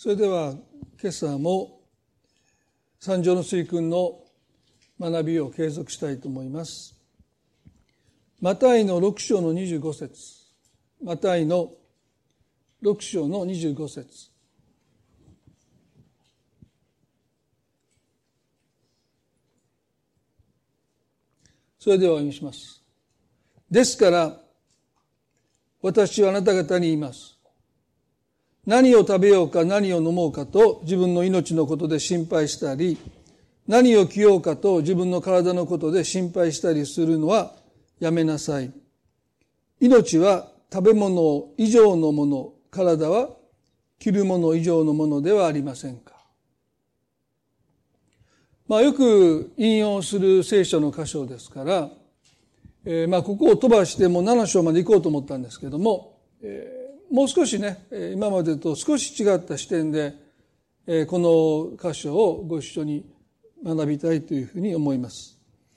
それでは今朝も三条の水訓の学びを継続したいと思います。マタイの6章の25節、マタイの6章の25節。それではお読みします。ですから私はあなた方に言います。何を食べようか何を飲もうかと自分の命のことで心配したり、何を着ようかと自分の体のことで心配したりするのはやめなさい。命は食べ物以上のもの、体は着るもの以上のものではありませんか。よく引用する聖書の箇所ですから、ここを飛ばしてもう7章まで行こうと思ったんですけども、もう少しね、今までと少し違った視点で、この箇所をご一緒に学びたいというふうに思います。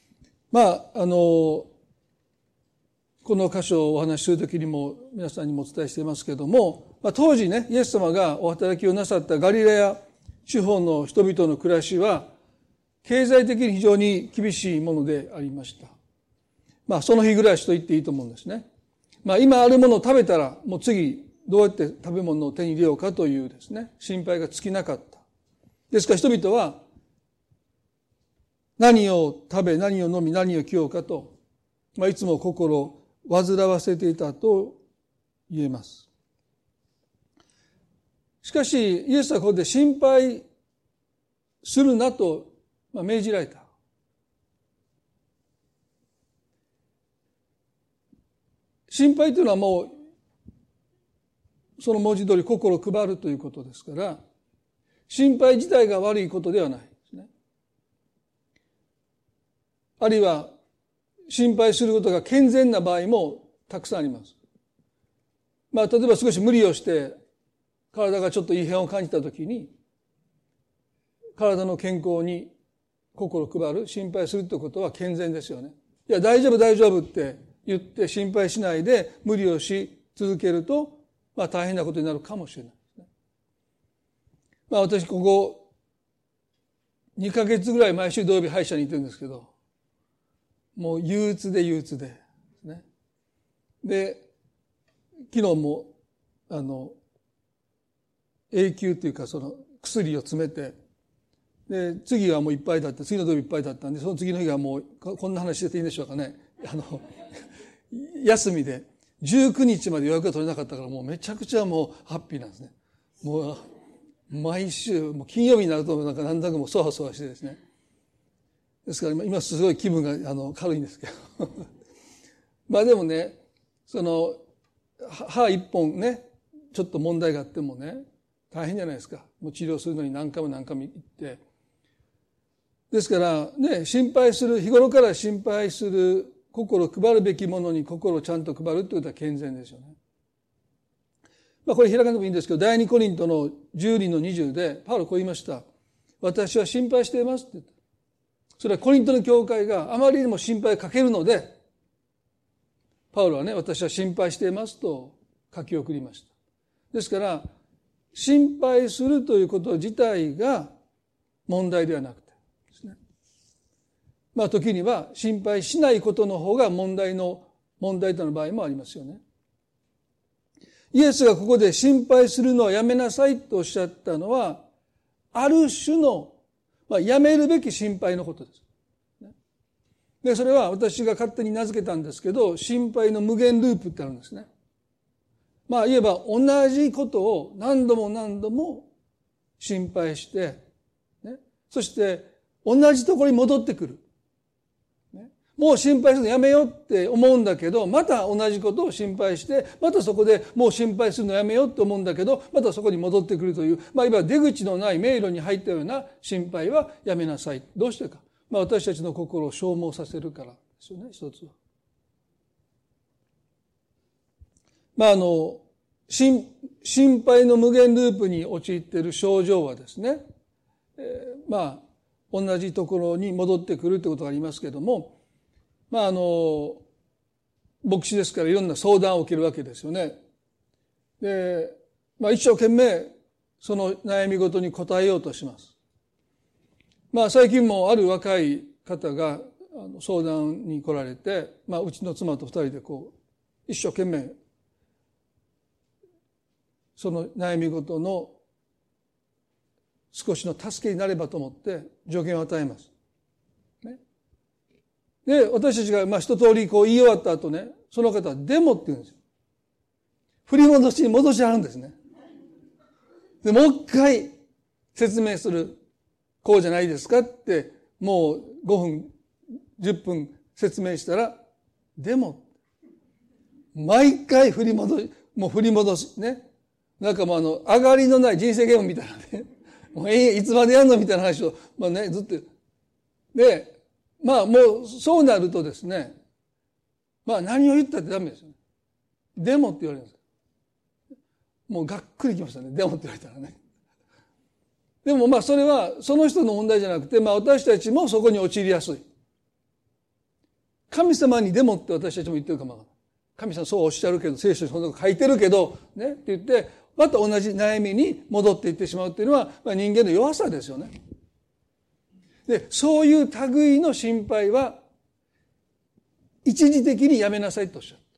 この箇所をお話しするときにも皆さんにもお伝えしていますけれども、当時ね、イエス様がお働きをなさったガリラヤ地方の人々の暮らしは、経済的に非常に厳しいものでありました。その日暮らしと言っていいと思うんですね。今あるものを食べたら、もう次どうやって食べ物を手に入れようかというですね、心配が尽きなかった。ですから人々は、何を食べ、何を飲み、何を着ようかと、いつも心を煩わせていたと言えます。しかし、イエスはここで心配するなと命じられた。心配というのはもう、その文字通り心を配るということですから、心配自体が悪いことではないですね。あるいは、心配することが健全な場合もたくさんあります。例えば少し無理をして、体がちょっと異変を感じたときに、体の健康に心を配る、心配するということは健全ですよね。いや、大丈夫大丈夫って言って心配しないで無理をし続けると、大変なことになるかもしれないですね。私ここ2ヶ月ぐらい毎週土曜日歯医者に行ってるんですけど、もう憂鬱でね。で、昨日も永久というかその薬を詰めて、で次はもういっぱいだった、次の土曜日いっぱいだったんで、その次の日がもうこんな話してていいんでしょうかね。休みで19日まで予約が取れなかったから、もうめちゃくちゃもうハッピーなんですね。もう毎週もう金曜日になるとなんだかもうそわそわしてですね。ですから今すごい気分が軽いんですけどでもね、その歯一本ねちょっと問題があってもね大変じゃないですか。もう治療するのに何回も行って、ですからね、心配する、日頃から心配する、心を配るべきものに心をちゃんと配るということは健全ですよね。これ開かなくてもいいんですけど、第二コリントの12の20でパウロこう言いました。私は心配していますって言った。それはコリントの教会があまりにも心配をかけるので、パウロはね、私は心配していますと書き送りました。ですから、心配するということ自体が問題ではなくてですね。時には心配しないことの方が問題となる場合もありますよね。イエスがここで心配するのはやめなさいとおっしゃったのは、ある種のやめるべき心配のことです。で、それは私が勝手に名付けたんですけど、心配の無限ループってあるんですね。言えば同じことを何度も心配して、ね、そして同じところに戻ってくる。ね、もう心配するのやめようって思うんだけど、また同じことを心配して、またそこでもう心配するのやめようって思うんだけど、またそこに戻ってくるという、いわば出口のない迷路に入ったような心配はやめなさい。どうしてか。私たちの心を消耗させるからですよね、一つは。心配の無限ループに陥っている症状はですね、同じところに戻ってくるということがありますけれども、牧師ですからいろんな相談を受けるわけですよね。で、一生懸命その悩み事に答えようとします。最近もある若い方が相談に来られて、うちの妻と二人で一生懸命その悩み事の少しの助けになればと思って助言を与えます。で、私たちが一通り言い終わった後ね、その方はでもって言うんですよ。振り戻しに戻しあるんですね。で、もう一回説明する。こうじゃないですかって、もう5分、10分説明したら、でも、毎回振り戻すね。なんか上がりのない人生ゲームみたいなね。もういつまでやんのみたいな話を、ずっと。で、もうそうなるとですね、何を言ったってダメですよね。でもって言われるんです。もうがっくりきましたね。でもって言われたらね。でもそれはその人の問題じゃなくて、私たちもそこに陥りやすい。神様にでもって私たちも言ってるかもわからない。神様そうおっしゃるけど、聖書にそんなこと書いてるけど、ね、って言って、また同じ悩みに戻っていってしまうっていうのは、人間の弱さですよね。で、そういう類の心配は、一時的にやめなさいとおっしゃった。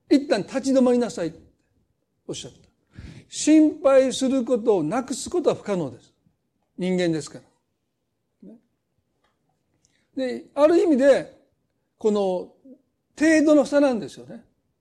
一旦立ち止まりなさいとおっしゃった。心配することをなくすことは不可能です。人間ですから。で、ある意味で、この程度の差なんですよね。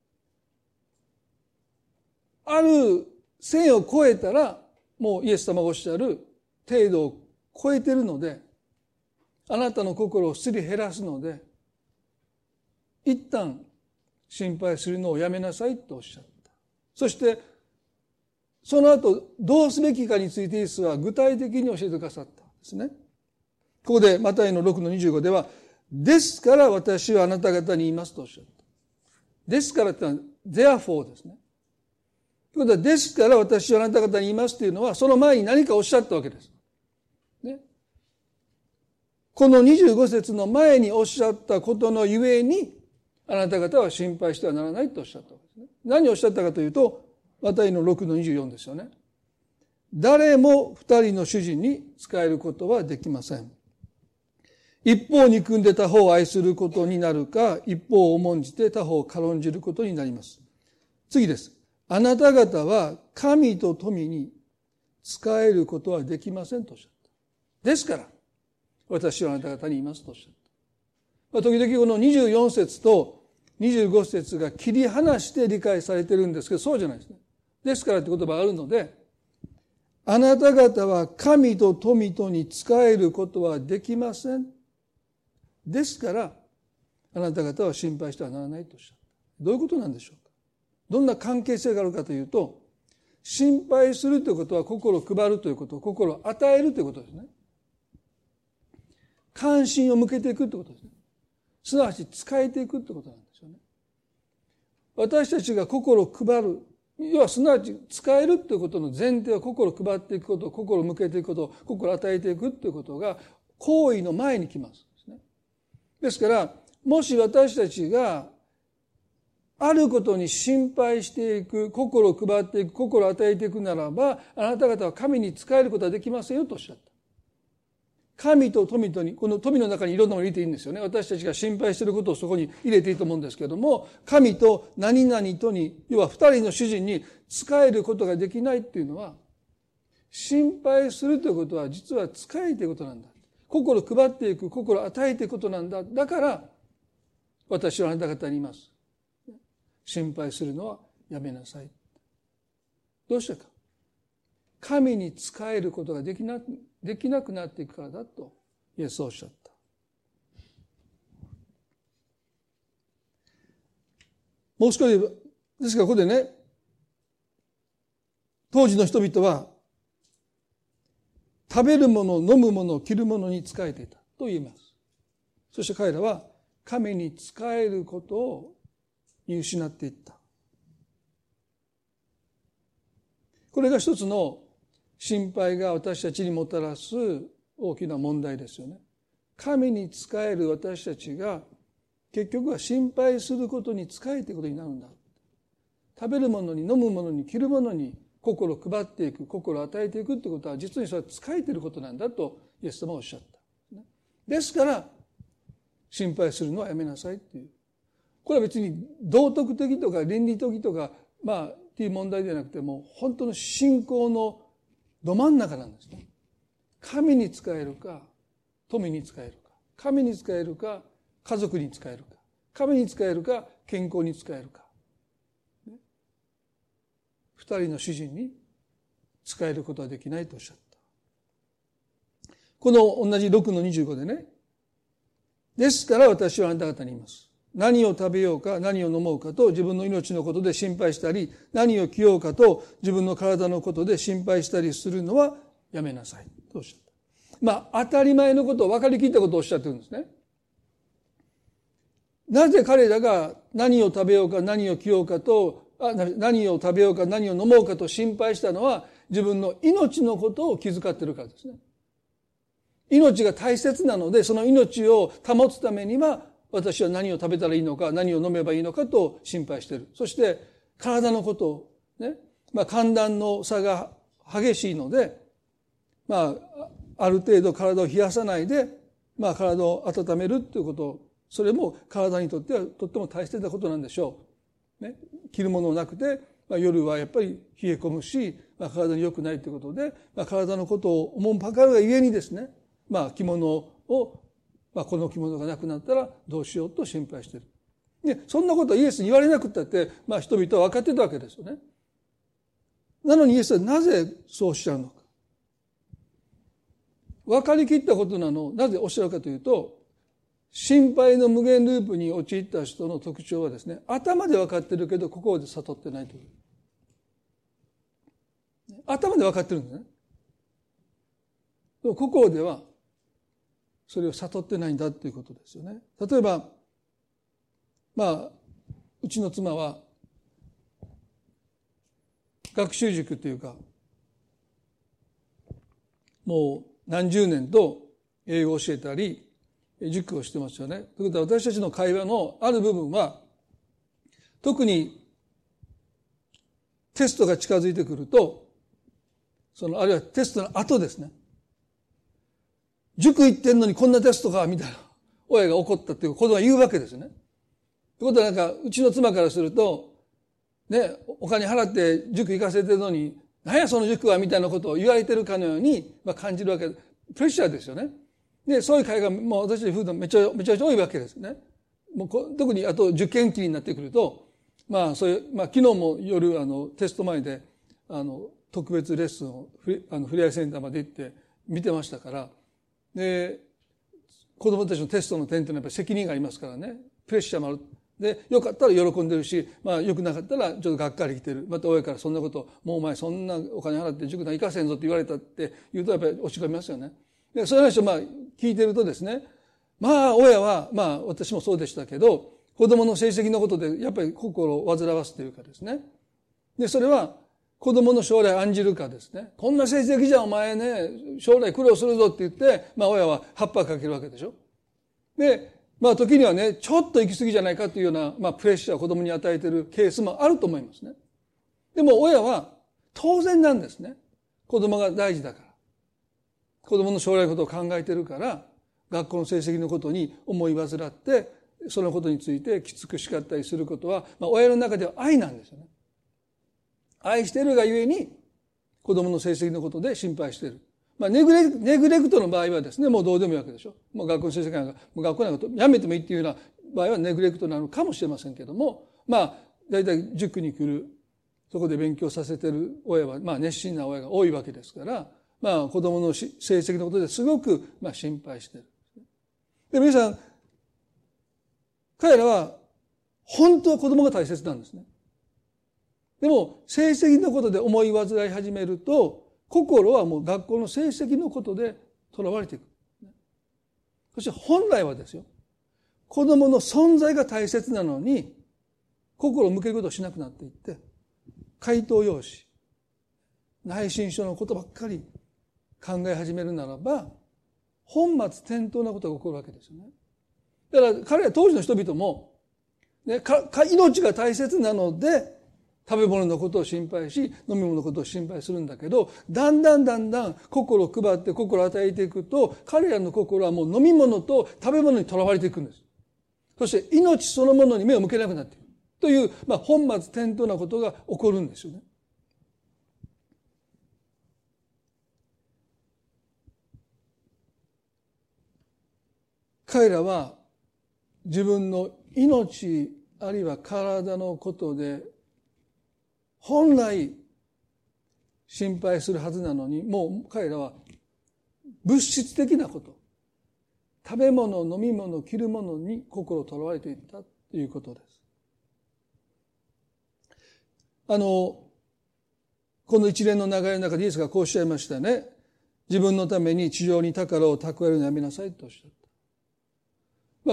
ある線を越えたら、もうイエス様がおっしゃる程度を超えているので、あなたの心をすり減らすので、一旦心配するのをやめなさいとおっしゃった。そして、その後どうすべきかについてイエスは具体的に教えてくださったんですね。ここでマタイの 6-25 では、ですから私はあなた方に言いますとおっしゃった。ですからってのは therefore ですね。ということは、ですから私はあなた方に言いますというのは、その前に何かおっしゃったわけです。ね。この25節の前におっしゃったことのゆえに、あなた方は心配してはならないとおっしゃったわけですね。何をおっしゃったかというと、マタイの 6-24 ですよね。誰も二人の主人に仕えることはできません。一方を憎んで他方を愛することになるか、一方を重んじて他方を軽んじることになります。次です。あなた方は神と富に仕えることはできませんとおっしゃった。ですから、私はあなた方に言いますとおっしゃった。時々この24節と25節が切り離して理解されてるんですけど、そうじゃないですね。ですからって言葉があるので、あなた方は神と富とに仕えることはできません。ですから、あなた方は心配してはならないとおっしゃった。どういうことなんでしょうか。どんな関係性があるかというと、心配するということは心を配るということ、心を与えるということですね。関心を向けていくということですね。すなわち使えていくということなんですよね。私たちが心を配る、要はすなわち使えるということの前提は心を配っていくこと、心を向けていくこと、心を与えていくということが行為の前に来ます。ですから、もし私たちがあることに心配していく、心を配っていく、心を与えていくならば、あなた方は神に仕えることはできませんよとおっしゃった。神と富とに、この富の中にいろんなものを入れていいんですよね。私たちが心配していることをそこに入れていいと思うんですけども、神と何々とに、要は二人の主人に仕えることができないっていうのは、心配するということは実は仕えていくことなんだ。心を配っていく、心を与えていくことなんだ。だから、私はあなた方に言います。心配するのはやめなさい。どうしてか。神に仕えることができなくなっていくからだとイエスはおっしゃった。もう少しですからここでね、当時の人々は食べるもの、飲むもの、着るものに仕えていたと言います。そして彼らは神に仕えることを見失っていった。これが一つの心配が私たちにもたらす大きな問題ですよね。神に仕える私たちが結局は心配することに仕えていくことになるんだ。食べるものに飲むものに着るものに心を配っていく、心を与えていくということは、実にそれは仕えていることなんだとイエス様はおっしゃった。ですから、心配するのはやめなさいっていう。これは別に道徳的とか倫理的とか、っていう問題ではなくて、もう本当の信仰のど真ん中なんですね。神に仕えるか、富に仕えるか。神に仕えるか、家族に仕えるか。神に仕えるか、健康に仕えるか。二人の主人に仕えることはできないとおっしゃった。この同じ6の25でね、ですから私はあなた方に言います。何を食べようか、何を飲もうかと自分の命のことで心配したり、何を着ようかと自分の体のことで心配したりするのはやめなさいとおっしゃった。当たり前のことを分かりきったことをおっしゃってるんですね。なぜ彼らが何を食べようか、何を着ようかと、何を食べようか、何を飲もうかと心配したのは、自分の命のことを気遣っているからですね。命が大切なので、その命を保つためには、私は何を食べたらいいのか、何を飲めばいいのかと心配している。そして、体のことを、ね、寒暖の差が激しいので、ある程度体を冷やさないで、体を温めるということ、それも体にとってはとっても大切なことなんでしょう。ね、着るものなくて、夜はやっぱり冷え込むし、体に良くないということで、体のことを思うばかりがゆえにですね、着物を、この着物がなくなったらどうしようと心配している。で、そんなことはイエスに言われなくったって、人々は分かってたわけですよね。なのにイエスはなぜそうおっしゃるのか。分かりきったことなのをなぜおっしゃるかというと、心配の無限ループに陥った人の特徴はですね、頭で分かってるけど心で悟ってないという。頭で分かってるんですね。でも心ではそれを悟ってないんだということですよね。例えば、うちの妻は学習塾というか、もう何十年と英語を教えたり、塾をしてますよね。ということは私たちの会話のある部分は、特にテストが近づいてくると、あるいはテストの後ですね。塾行ってんのにこんなテストか、みたいな親が怒ったっていう子供が言うわけですね。ということはうちの妻からすると、ね、お金払って塾行かせてるのに、何やその塾はみたいなことを言われてるかのように、感じるわけで、プレッシャーですよね。で、そういう会がもう私たち普段めちゃめちゃ多いわけですね。もう特にあと受験期になってくると、そういう、昨日も夜テスト前で、特別レッスンをふれあいセンターまで行って見てましたから、で、子供たちのテストの点っていうのはやっぱり責任がありますからね、プレッシャーもある。で、よかったら喜んでるし、よくなかったらちょっとがっかり来てる。また親からそんなこと、もうお前そんなお金払って塾なんか行かせんぞって言われたって言うとやっぱり落ち込みますよね。で、そういう話を聞いてるとですね、親は、私もそうでしたけど、子供の成績のことでやっぱり心を煩わすというかですね。で、それは子供の将来を案じるかですね。こんな成績じゃお前ね、将来苦労するぞって言って、親は葉っぱかけるわけでしょ。で、時にはね、ちょっと行き過ぎじゃないかというような、プレッシャーを子供に与えているケースもあると思いますね。でも親は当然なんですね。子供が大事だから。子供の将来のことを考えてるから、学校の成績のことに思い煩って、そのことについてきつく叱ったりすることは、親の中では愛なんですよね。愛しているがゆえに、子供の成績のことで心配している。ネグレクトの場合はですね、もうどうでもいいわけでしょ。もう学校の成績なんか、もう学校なんかやめてもいいっていうような場合はネグレクトなのかもしれませんけども、だいたい塾に来る、そこで勉強させてる親は、熱心な親が多いわけですから、子供の成績のことですごく、心配している。で、皆さん、彼らは、本当は子供が大切なんですね。でも、成績のことで思い煩い始めると、心はもう学校の成績のことで囚われていく。そして本来はですよ、子供の存在が大切なのに、心を向けることをしなくなっていって、回答用紙、内申書のことばっかり考え始めるならば、本末転倒なことが起こるわけですよね。だから彼ら当時の人々も、命が大切なので、 食べ物のことを心配し、飲み物のことを心配するんだけど、だんだん心を配って心を与えていくと、彼らの心はもう飲み物と食べ物にとらわれていくんです。そして命そのものに目を向けなくなっていくという、本末転倒なことが起こるんですよね。彼らは自分の命あるいは体のことで本来心配するはずなのに、もう彼らは物質的なこと、食べ物、飲み物、着るものに心をとらわれていったということです。この一連の流れの中でイエスがこうおっしゃいましたね。自分のために地上に宝を蓄えるのやめなさいとおっしゃった。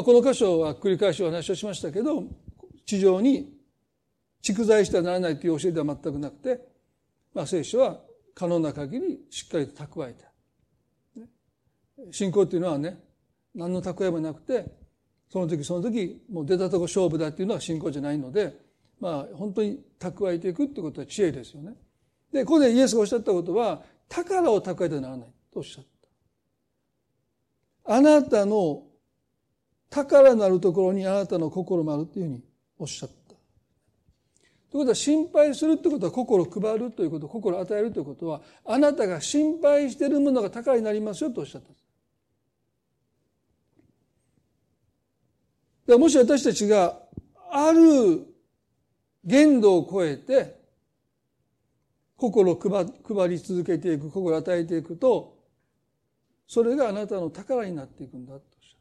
この箇所は繰り返しお話をしましたけど、地上に蓄財してはならないという教えでは全くなくて、聖書は可能な限りしっかりと蓄えて。信仰というのはね、何の蓄えもなくて、その時もう出たとこ勝負だっていうのは信仰じゃないので、本当に蓄えていくってことは知恵ですよね。で、ここでイエスがおっしゃったことは、宝を蓄えてはならないとおっしゃった。あなたの宝なるところにあなたの心もあるというふうにおっしゃった。ということは、心配するということは心を配るということ、心を与えるということは、あなたが心配しているものが宝になりますよとおっしゃった。だからもし私たちがある限度を超えて心を配り続けていく、心を与えていくと、それがあなたの宝になっていくんだとおっしゃった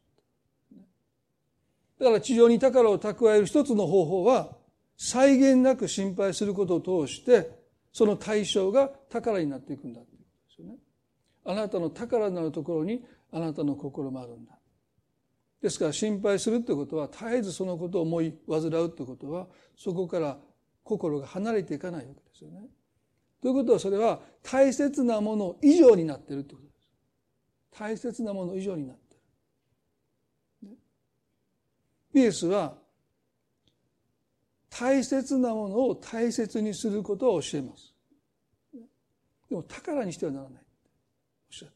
。だから地上に宝を蓄える一つの方法は、際限なく心配することを通して、その対象が宝になっていくんだということですよね。あなたの宝になるところにあなたの心もあるんだ。ですから心配するということは、絶えずそのことを思い煩うということは、そこから心が離れていかないわけですよね。ということは、それは大切なもの以上になっているということです。大切なもの以上になっている。イエスは大切なものを大切にすることを教えます。でも宝にしてはならない。おっしゃった。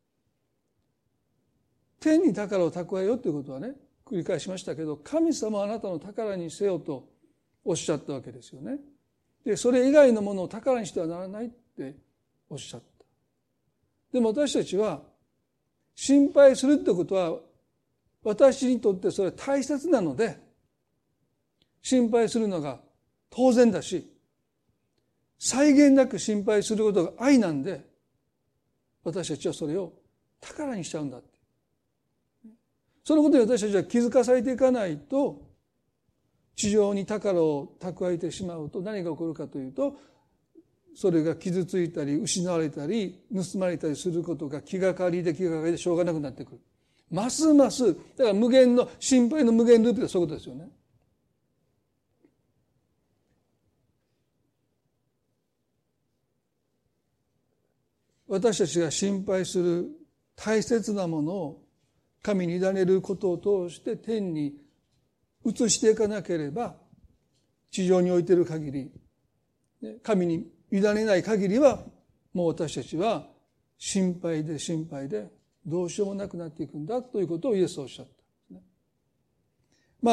天に宝を蓄えようということはね、繰り返しましたけど、神様はあなたの宝にせよとおっしゃったわけですよね。で、それ以外のものを宝にしてはならないっておっしゃった。でも私たちは心配するってことは、私にとってそれは大切なので、心配するのが当然だし、際限なく心配することが愛なんで、私たちはそれを宝にしちゃうんだって。そのことに私たちは気づかされていかないと、地上に宝を蓄えてしまうと何が起こるかというと、それが傷ついたり失われたり盗まれたりすることが気がかりでしょうがなくなってくる。ますます、だから無限の心配の無限ループでそういうことですよね。私たちが心配する大切なものを神に委ねることを通して天に移していかなければ、地上に置いている限り、神に委ねない限りは、もう私たちは心配でどうしようもなくなっていくんだということをイエスはおっしゃった。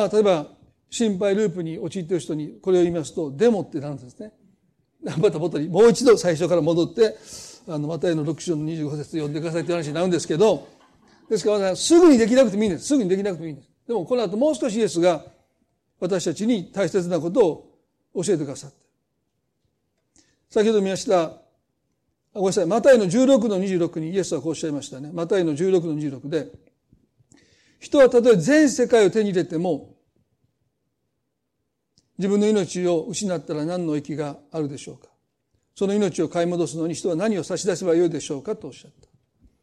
例えば心配ループに陥っている人にこれを言いますと、デモってなんですね。またもう一度最初から戻って、マタイの6章の25節読んでくださいという話になるんですけど、ですからすぐにできなくてもいいんです。すぐにできなくてもいいんです。でもこの後もう少しイエスが私たちに大切なことを教えてくださって。先ほど見ました、ごめんなさい、マタイの16の26にイエスはこうおっしゃいましたね。マタイの16の26で、人はたとえ全世界を手に入れても、自分の命を失ったら何の益があるでしょうか。その命を買い戻すのに人は何を差し出せばよいでしょうかとおっしゃった。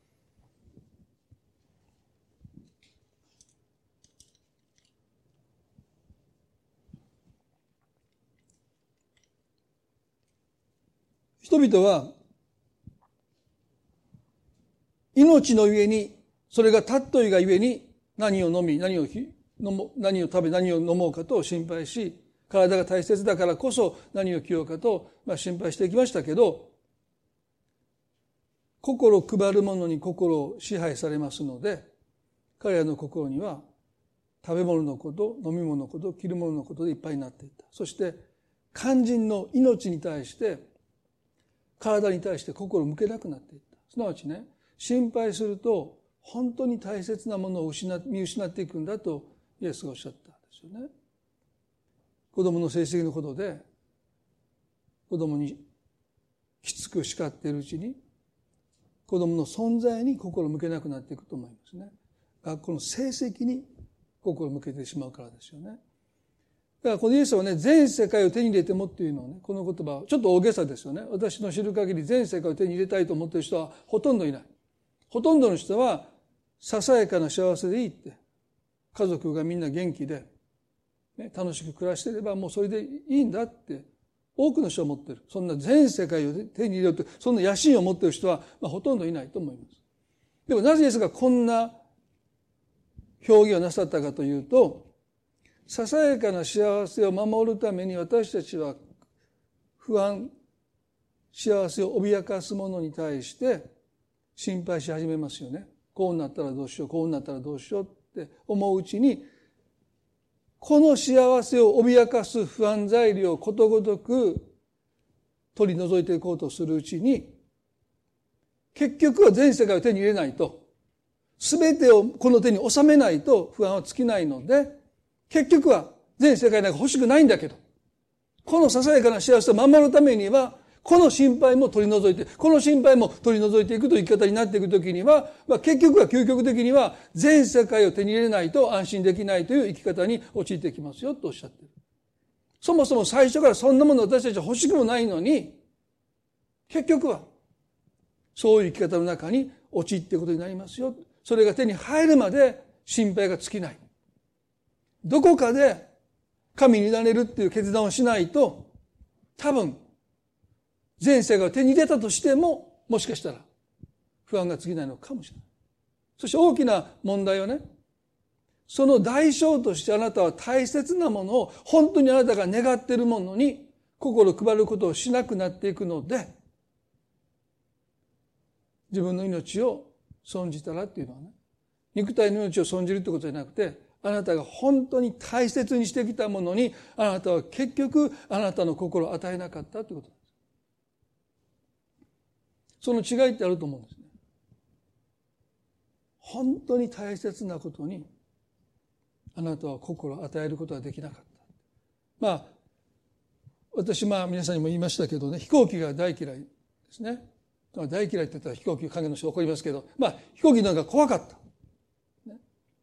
人々は命のゆえに、それが尊いがゆえに何を飲み、何を食べ、何を飲もうかと心配し、 体が大切だからこそ何を着ようかと、心配してきましたけど、心を配る者に心を支配されますので、彼らの心には食べ物のこと、飲み物のこと、着るもののことでいっぱいになっていた。そして肝心の命に対して、体に対して心を向けなくなっていった。すなわちね、心配すると本当に大切なものを見失っていくんだとイエスがおっしゃったんですよね。子供の成績のことで子供にきつく叱っているうちに子供の存在に心を向けなくなっていくと思いますね。学校の成績に心を向けてしまうからですよね。だからこのイエスはね、全世界を手に入れてもっていうのをね、この言葉はちょっと大げさですよね。私の知る限り全世界を手に入れたいと思っている人はほとんどいない。ほとんどの人はささやかな幸せでいいって、家族がみんな元気で、ね、楽しく暮らしていればもうそれでいいんだって多くの人は思っている。そんな全世界を手に入れようとそんな野心を持っている人は、ほとんどいないと思います。でもなぜイエスがこんな表現をなさったかというと、ささやかな幸せを守るために私たちは不安、幸せを脅かすものに対して心配し始めますよね。こうなったらどうしよう、こうなったらどうしようって思ううちに、この幸せを脅かす不安材料をことごとく取り除いていこうとするうちに、結局は全世界を手に入れないと、全てをこの手に収めないと不安は尽きないので、結局は全世界なんか欲しくないんだけど、このささやかな幸せを守るためには、この心配も取り除いて、この心配も取り除いていくという生き方になっていくときには、結局は究極的には全世界を手に入れないと安心できないという生き方に陥ってきますよとおっしゃっている。そもそも最初からそんなもの私たちは欲しくもないのに、結局はそういう生き方の中に陥っていくことになりますよ。それが手に入るまで心配が尽きない。どこかで神に委ねるっていう決断をしないと、多分全世界を手に入れたとしても、もしかしたら不安が尽きないのかもしれない。そして大きな問題はね、その代償としてあなたは大切なものを、本当にあなたが願っているものに心を配ることをしなくなっていくので、自分の命を損じたらっていうのはね、肉体の命を損じるってことじゃなくて、あなたが本当に大切にしてきたものに、あなたは結局あなたの心を与えなかったということです。その違いってあると思うんですね。本当に大切なことにあなたは心を与えることができなかった。私皆さんにも言いましたけどね、飛行機が大嫌いですね。大嫌いって言ったら飛行機関係の人怒りますけど、飛行機なんか怖かった。ね、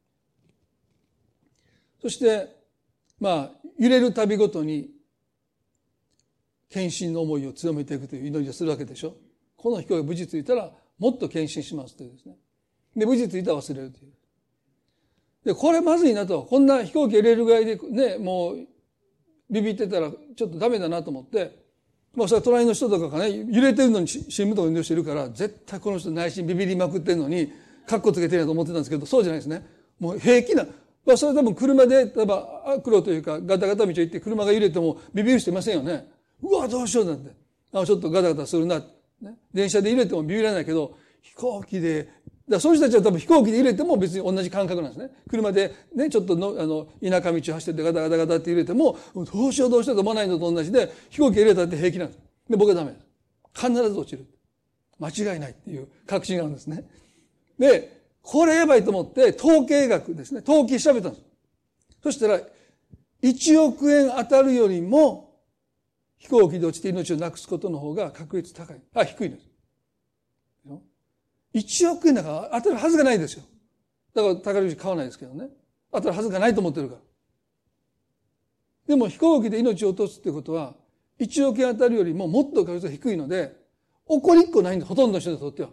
そして揺れるたびごとに献身の思いを強めていくという祈りをするわけでしょ。この飛行機が無事着いたらもっと献身しますというですね。で、無事着いたら忘れるという。で、これまずいなと。こんな飛行機入れるぐらいでね、もうビビってたらちょっとダメだなと思って、それは隣の人とかがね、揺れてるのに新聞とか読んでる人いるから、絶対この人内心ビビりまくってるのに、カッコつけてるなと思ってたんですけど、そうじゃないですね。もう平気な。それは多分車で、例えば悪路というかガタガタ道を行って車が揺れてもビビる人いませんよね。うわ、どうしようなんて。ちょっとガタガタするな。ね、電車で揺れてもビビらないけど、飛行機で、そういう人たちは多分飛行機で揺れても別に同じ感覚なんですね。車でね、ちょっと田舎道を走っててガタガタガタって揺れても、どうしようどうしようと思わないのと同じで、飛行機入れたって平気なんです。で、僕はダメです。必ず落ちる。間違いないっていう確信があるんですね。で、これやばいと思って統計学ですね。統計調べたんです。そしたら、1億円当たるよりも、飛行機で落ちて命をなくすことの方が確率高い。低いです。1億円だから当たるはずがないですよ。だから宝くじ買わないですけどね。当たるはずがないと思ってるから。でも飛行機で命を落とすってことは、1億円当たるよりももっと確率が低いので、起こりっこないんです。ほとんどの人にとっては。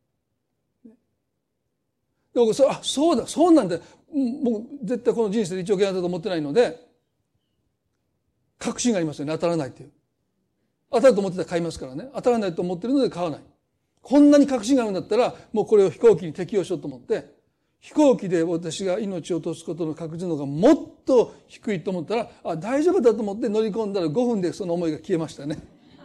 で僕そうだ、そうなんだ。もう絶対この人生で1億円当たると思ってないので、確信がありますよね。当たらないっていう。当たると思ってたら買いますからね。当たらないと思ってるので買わない。こんなに確信があるんだったら、もうこれを飛行機に適用しようと思って、 飛行機で私が命を落とすことの確率の方がもっと低いと思ったら、大丈夫だと思って乗り込んだら5分でその思いが消えましたね。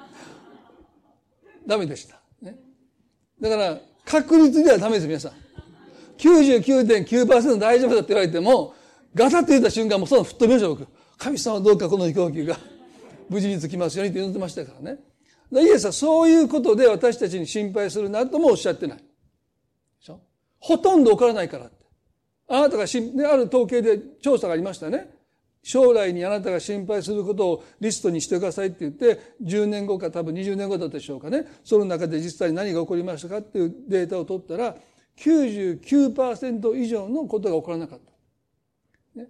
ダメでした。ね、だから確率ではダメです、皆さん。99.9% 大丈夫だって言われても、ガタッと言った瞬間もうその吹っ飛びましょう、僕。神様どうかこの飛行機が無事に着きますようにって祈ってましたからね。イエスはそういうことで私たちに心配するなともおっしゃってない。でしょ？ほとんど起こらないからって。あなたがある統計で調査がありましたね。将来にあなたが心配することをリストにしてくださいって言って、10年後か多分20年後だったでしょうかね。その中で実際に何が起こりましたかっていうデータを取ったら、99% 以上のことが起こらなかった。ね、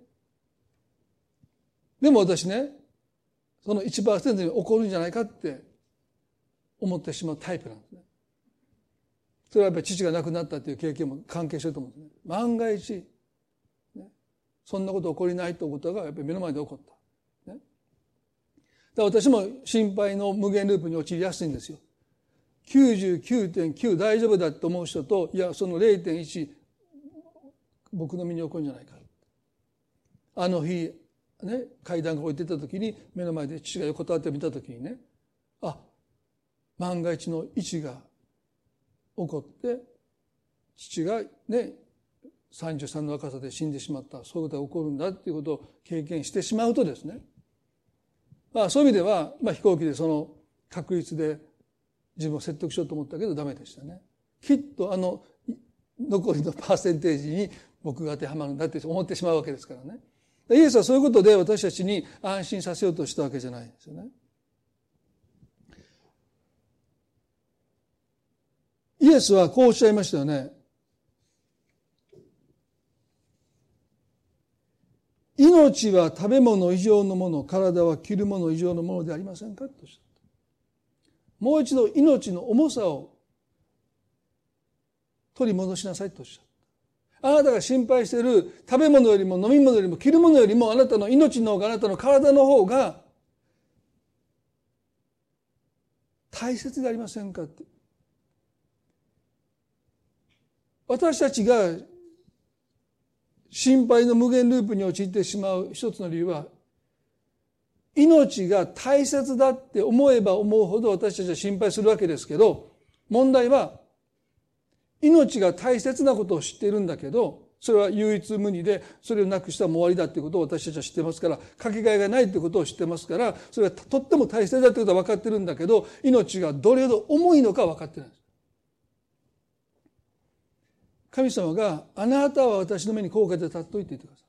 でも私ね、その 1% に起こるんじゃないかって思ってしまうタイプなんですね。それはやっぱり父が亡くなったという経験も関係してると思うんですね。万が一、ね、そんなこと起こりないということがやっぱり目の前で起こった。ね、だから私も心配の無限ループに陥りやすいんですよ。99.9 大丈夫だと思う人と、いやその 0.1 僕の身に起こるんじゃないか。あの日ね、階段が降りてた時に目の前で父が横たわって見た時にね、万が一の1が起こって父がね33の若さで死んでしまった、そういうことが起こるんだっていうことを経験してしまうとですね、そういう意味では、飛行機でその確率で自分を説得しようと思ったけどダメでしたね。きっと残りのパーセンテージに僕が当てはまるんだって思ってしまうわけですからね。イエスはそういうことで私たちに安心させようとしたわけじゃないんですよね。イエスはこうおっしゃいましたよね。命は食べ物以上のもの、体は着るもの以上のものでありませんかとおっしゃった。もう一度命の重さを取り戻しなさいとおっしゃった。あなたが心配している食べ物よりも飲み物よりも着るものよりもあなたの命の方が、あなたの体の方が大切でありませんかって。私たちが心配の無限ループに陥ってしまう一つの理由は、命が大切だって思えば思うほど私たちは心配するわけですけど、問題は命が大切なことを知っているんだけど、それは唯一無二で、それをなくしたらもう終わりだっていうことを私たちは知ってますから、かけがえがないっていうことを知ってますから、それはとっても大切だってことは分かってるんだけど、命がどれほど重いのか分かってないんです。神様があなたは私の目に高価で立っといていてくださった。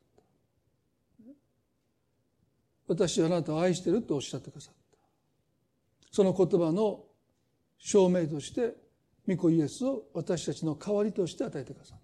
私はあなたを愛しているとおっしゃってくださった。その言葉の証明として御子イエスを私たちの代わりとして与えてくださった。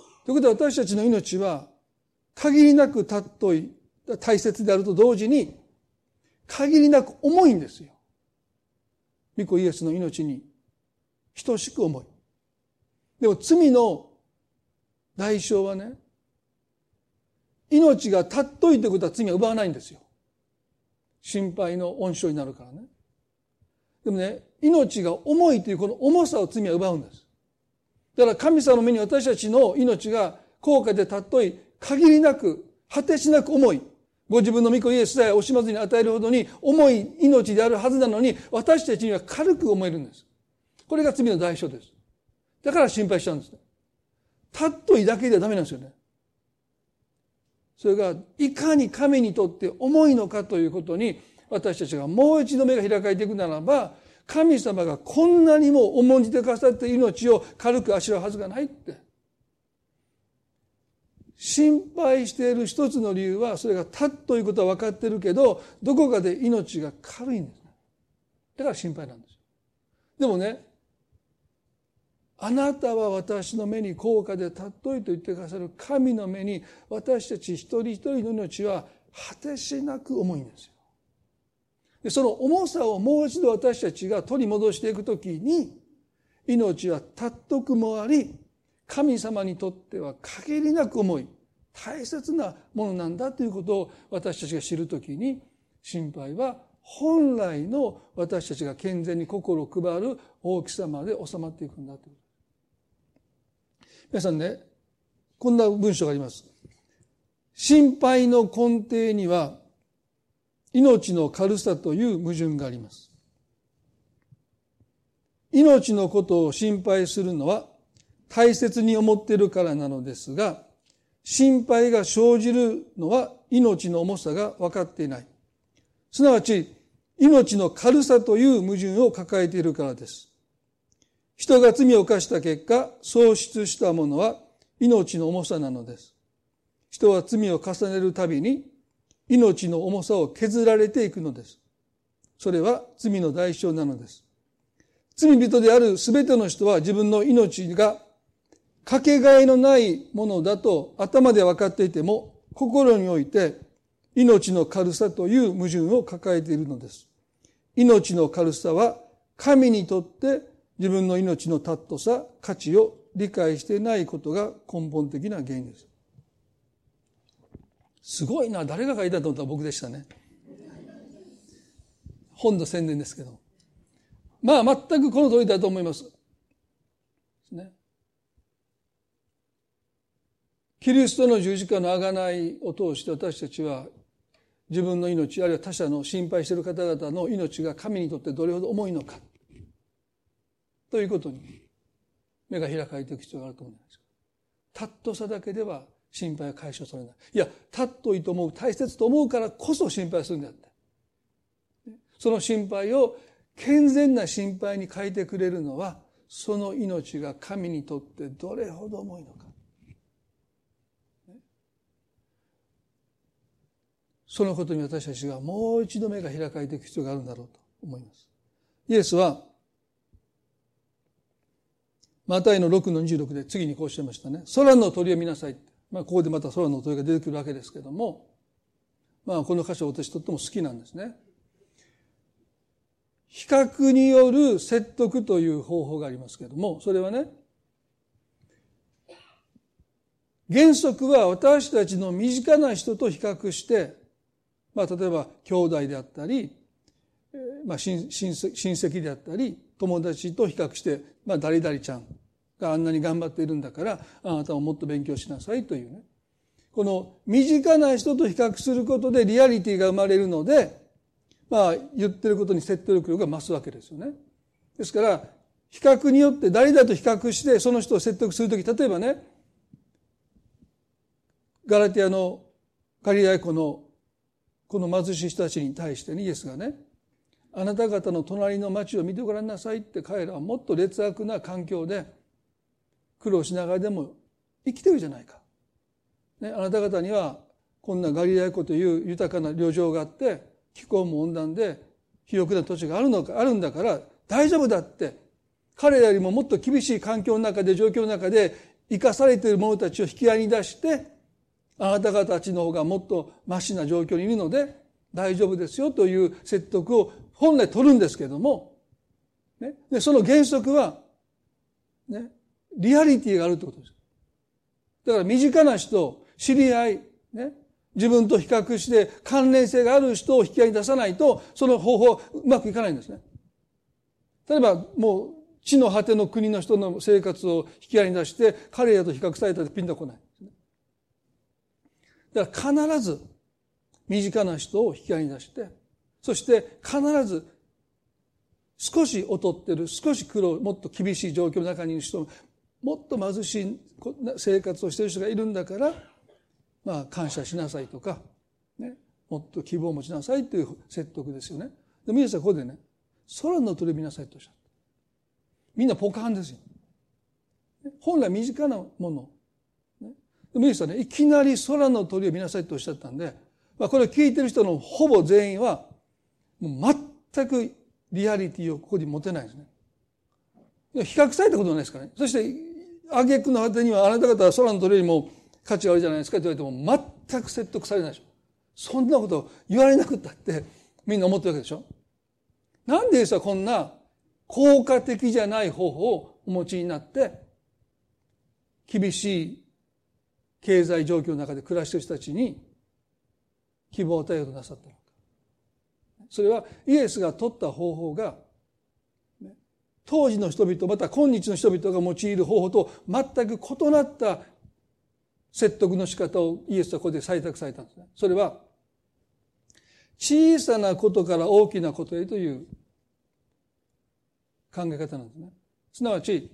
ということで私たちの命は限りなく尊い大切であると同時に限りなく重いんですよ。御子イエスの命に等しく重い。でも罪の代償はね、命が尊いということは罪は奪わないんですよ。心配の温床になるからね。でもね、命が重いというこの重さを罪は奪うんです。だから神様の目に私たちの命が高価で尊い、限りなく果てしなく重い、ご自分の御子イエスさえ惜しまずに与えるほどに重い命であるはずなのに、私たちには軽く思えるんです。これが罪の代償です。だから心配しちゃうんですね。尊いだけではダメなんですよね。それがいかに神にとって重いのかということに私たちがもう一度目が開かれていくならば、神様がこんなにも重んじてくださって命を軽くあしらうはずがないって。心配している一つの理由は、それが尊いことは分かってるけど、どこかで命が軽いんですね。だから心配なんですよ。でもね、あなたは私の目に高価で尊いと言ってくださる神の目に、私たち一人一人の命は果てしなく重いんですよ。でその重さをもう一度私たちが取り戻していくときに、命は尊くもあり、神様にとっては限りなく重い大切なものなんだということを私たちが知るときに、心配は本来の私たちが健全に心を配る大きさまで収まっていくんだという。 皆さんね、こんな文章があります。心配の根底には命の軽さという矛盾があります。命のことを心配するのは大切に思っているからなのですが、心配が生じるのは命の重さが分かっていない。すなわち命の軽さという矛盾を抱えているからです。人が罪を犯した結果、喪失したものは命の重さなのです。人は罪を重ねるたびに命の重さを削られていくのです。それは罪の代償なのです。罪人であるすべての人は自分の命がかけがえのないものだと頭で分かっていても、心において命の軽さという矛盾を抱えているのです。命の軽さは神にとって自分の命の尊さ、価値を理解していないことが根本的な原因です。すごいな。誰が書いたと思ったら僕でしたね。本の宣伝ですけど。まあ全くこの通りだと思います。ね。キリストの十字架の贖いを通して私たちは自分の命、あるいは他者の心配している方々の命が神にとってどれほど重いのかということに目が開かれていく必要があると思うんです。尊さだけでは心配は解消されない。いや、尊いと思う、大切と思うからこそ心配するんであって、その心配を健全な心配に変えてくれるのは、その命が神にとってどれほど重いのか。そのことに私たちがもう一度目が開かれていく必要があるんだろうと思います。イエスはマタイの6の26で次にこうおっしゃいましたね。空の鳥を見なさい。ここでまた空の鳥が出てくるわけですけども、この箇所私とっても好きなんですね。比較による説得という方法がありますけれども、それはね、原則は私たちの身近な人と比較して、例えば兄弟であったり、親戚であったり、友達と比較して、誰々ちゃんがあんなに頑張っているんだから、あなたももっと勉強しなさいというね。この身近な人と比較することでリアリティが生まれるので、言ってることに説得力が増すわけですよね。ですから、比較によって誰だと比較してその人を説得するとき、例えばね、ガラティアのガリラヤ湖のこの貧しい人たちに対してね、イエスがね、あなた方の隣の町を見てごらんなさいって彼らはもっと劣悪な環境で苦労しながらでも生きてるじゃないか。ね、あなた方にはこんなガリラヤ湖という豊かな旅情があって気候も温暖で肥沃な土地があるんだから大丈夫だって、彼らよりももっと厳しい環境の中で状況の中で生かされている者たちを引き合いに出して、あなた方たちの方がもっとマシな状況にいるので大丈夫ですよという説得を本来取るんですけれども、ね、でその原則は、ね、リアリティがあるということです。だから身近な人、知り合い、ね、自分と比較して関連性がある人を引き合いに出さないと、その方法はうまくいかないんですね。例えばもう地の果ての国の人の生活を引き合いに出して彼らと比較されたらピンとこない。だから必ず身近な人を引き合いに出して、そして必ず少し劣ってる、少し苦労、もっと厳しい状況の中にいる人、もっと貧しい生活をしている人がいるんだから、感謝しなさいとか、ね、もっと希望を持ちなさいという説得ですよね。で、皆さんここでね、空の鳥を見なさいとおっしゃった。みんなポカンですよ。本来身近なもの。でもいいですよね。いきなり空の鳥を見なさいとおっしゃったんで、これを聞いてる人のほぼ全員は、もう全くリアリティをここに持てないですね。比較されたことないですからね。そして、挙句の果てにはあなた方は空の鳥よりも価値があるじゃないですかって言われても全く説得されないでしょ。そんなこと言われなくったってみんな思ってるわけでしょ。なんでイエスはこんな効果的じゃない方法をお持ちになって、厳しい経済状況の中で暮らしている人たちに希望を与えようとなさったのか。それはイエスが取った方法が、 当時の人々、また今日の人々が用いる方法と全く異なった説得の仕方をイエスはここで採択されたんですね。それは小さなことから大きなことへという考え方なんですね。すなわち、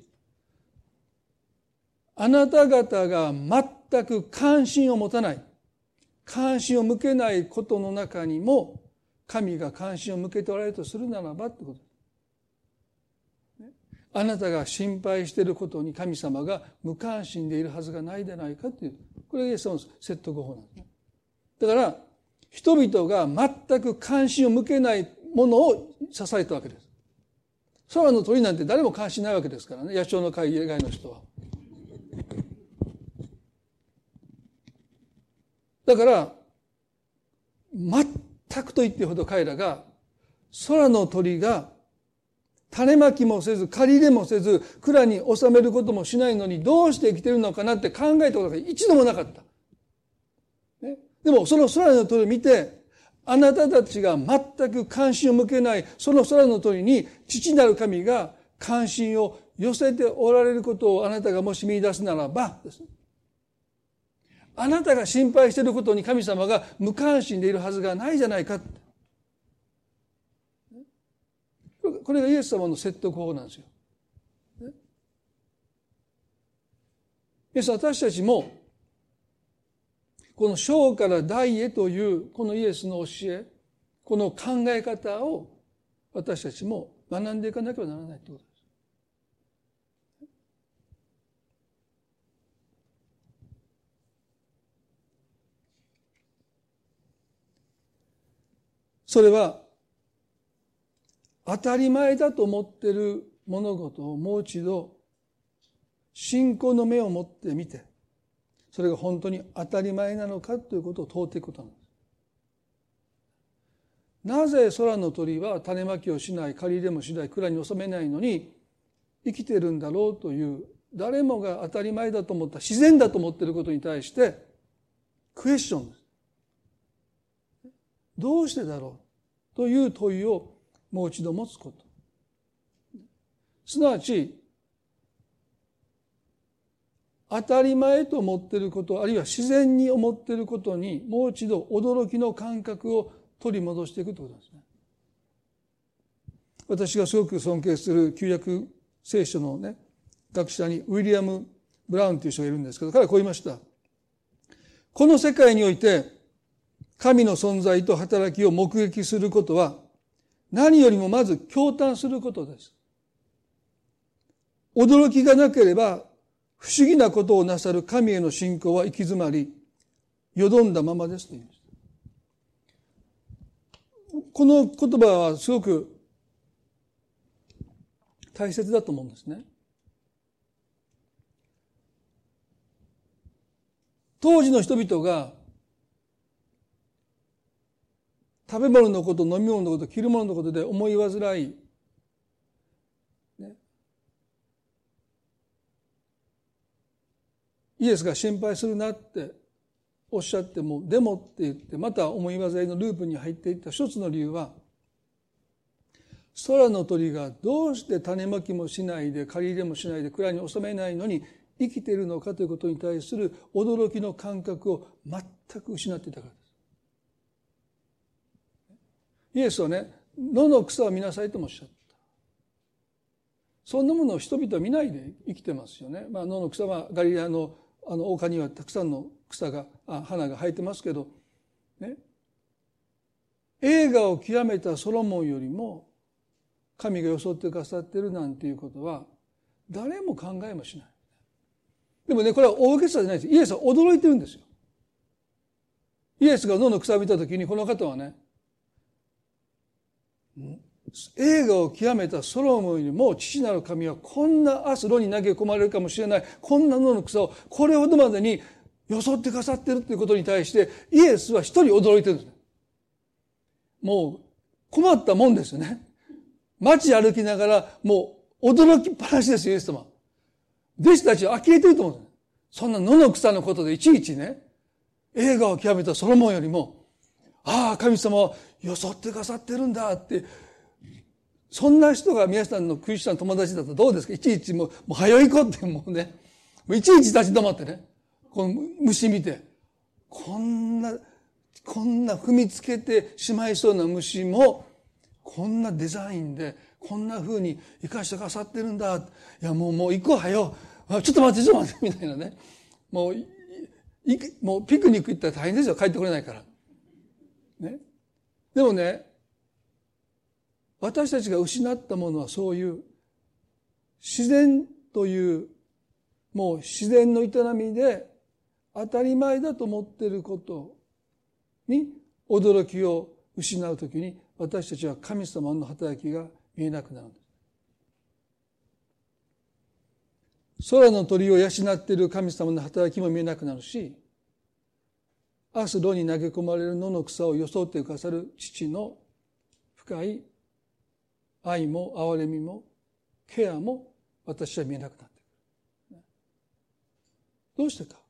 あなた方が全く関心を持たない、関心を向けないことの中にも神が関心を向けておられるとするならばってことです。あなたが心配していることに神様が無関心でいるはずがないでないかという、これがイエス様の説得法なんですね。だから人々が全く関心を向けないものを支えたわけです。空の鳥なんて誰も関心ないわけですからね、野鳥の会以外の人は。だから全くと言ってほど彼らが空の鳥が種まきもせず借り入れもせず蔵に収めることもしないのにどうして生きているのかなって考えたことが一度もなかった、ね、でもその空の鳥を見てあなたたちが全く関心を向けないその空の鳥に父なる神が関心を寄せておられることをあなたがもし見出すならばですね、あなたが心配していることに神様が無関心でいるはずがないじゃないか。これがイエス様の説得法なんですよ。イエス、私たちもこの小から大へというこのイエスの教え、この考え方を私たちも学んでいかなければならないということです。それは当たり前だと思っている物事をもう一度信仰の目を持ってみて、それが本当に当たり前なのかということを問うていくことなんです。なぜ空の鳥は種まきをしない、借り入れもしない、蔵に収めないのに生きているんだろうという、誰もが当たり前だと思った、自然だと思っていることに対してクエスチョンです。どうしてだろうという問いをもう一度持つこと。すなわち当たり前と思っていること、あるいは自然に思っていることにもう一度驚きの感覚を取り戻していくということですね。私がすごく尊敬する旧約聖書のね、学者にウィリアム・ブラウンという人がいるんですけど、彼はこう言いました。この世界において神の存在と働きを目撃することは何よりもまず驚嘆することです。驚きがなければ不思議なことをなさる神への信仰は行き詰まり、よどんだままですと言いました。この言葉はすごく大切だと思うんですね。当時の人々が食べ物のこと、飲み物のこと、着るもののことで思い煩い、ね、イエスが心配するなっておっしゃっても、でもって言ってまた思い煩いのループに入っていった一つの理由は、空の鳥がどうして種まきもしないで借り入れもしないで蔵に収めないのに生きているのかということに対する驚きの感覚を全く失っていたからです。イエスはね、野の草を見なさいともおっしゃった。そんなものを人々は見ないで生きてますよね。野の草はガリラヤの丘にはたくさんの花が生えてますけど、ね、栄華を極めたソロモンよりも神が装ってくださっているなんていうことは誰も考えもしない。でもね、これは大げさじゃないです。イエスは驚いてるんですよ。イエスが野の草を見たときにこの方はね、栄華を極めたソロモンよりも父なる神はこんなアスロに投げ込まれるかもしれないこんな野の草をこれほどまでに装ってくださっているということに対してイエスは一人驚いてるんです。もう困ったもんですよね。街歩きながらもう驚きっぱなしですよ、イエス様。弟子たちは呆れてると思うんです。そんな野の草のことでいちいちね、栄華を極めたソロモンよりも、ああ、神様は装ってくださってるんだってそんな人が皆さんのクリスチャンの友達だとどうですか？いちいちもう早い子ってもうね、いちいち立ち止まってね、この虫見て、こんな踏みつけてしまいそうな虫も、こんなデザインで、こんな風に生かしてくださってるんだ。いや、もう行こうはよ。ちょっと待って、みたいなね。もうピクニック行ったら大変ですよ。帰ってこれないから。ね。でもね、私たちが失ったものはそういう自然という、もう自然の営みで当たり前だと思っていることに驚きを失うときに、私たちは神様の働きが見えなくなるんです。空の鳥を養っている神様の働きも見えなくなるし、明日炉に投げ込まれる野の草を装ってくださる父の深い愛も憐れみもケアも私は見えなくなってくる。どうしてか。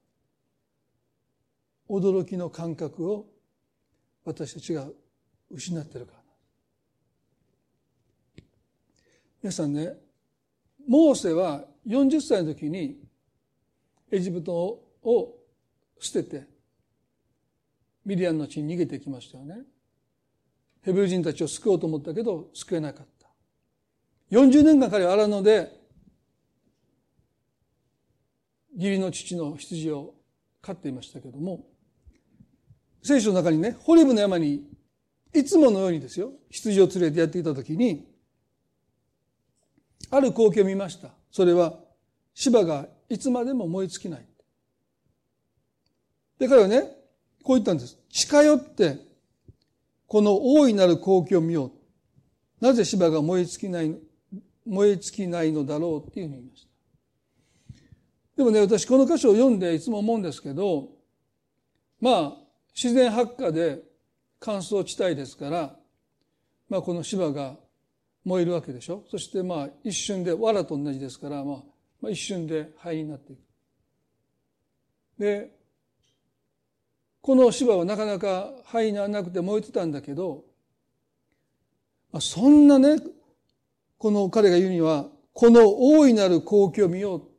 驚きの感覚を私たちが失っているから。皆さんね、モーセは40歳の時にエジプトを捨ててミディアンの地に逃げてきましたよね。ヘブル人たちを救おうと思ったけど救えなかった。40年間彼は荒野で義理の父の羊を飼っていましたけども、聖書の中にね、ホレブの山にいつものようにですよ、羊を連れてやっていた時にある光景を見ました。それは芝がいつまでも燃え尽きない。で、彼はね、こう言ったんです。近寄ってこの大いなる光景を見よう。なぜ芝が燃え尽きないのだろうっていうふうに言いました。でもね、私この箇所を読んでいつも思うんですけど、自然発火で乾燥地帯ですから、この芝が燃えるわけでしょ。そして一瞬で、藁と同じですから、一瞬で灰になっていく。で、この芝はなかなか灰にならなくて燃えてたんだけど、そんなね、この彼が言うには、この大いなる光景を見ようって。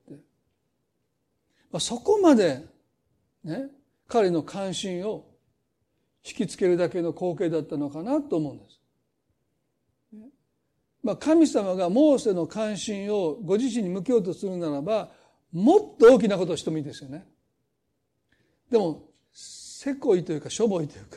そこまで、ね、彼の関心を引きつけるだけの光景だったのかなと思うんです。神様がモーセの関心をご自身に向けようとするならば、もっと大きなことをしてもいいですよね。でも、せこいというか、しょぼいというか、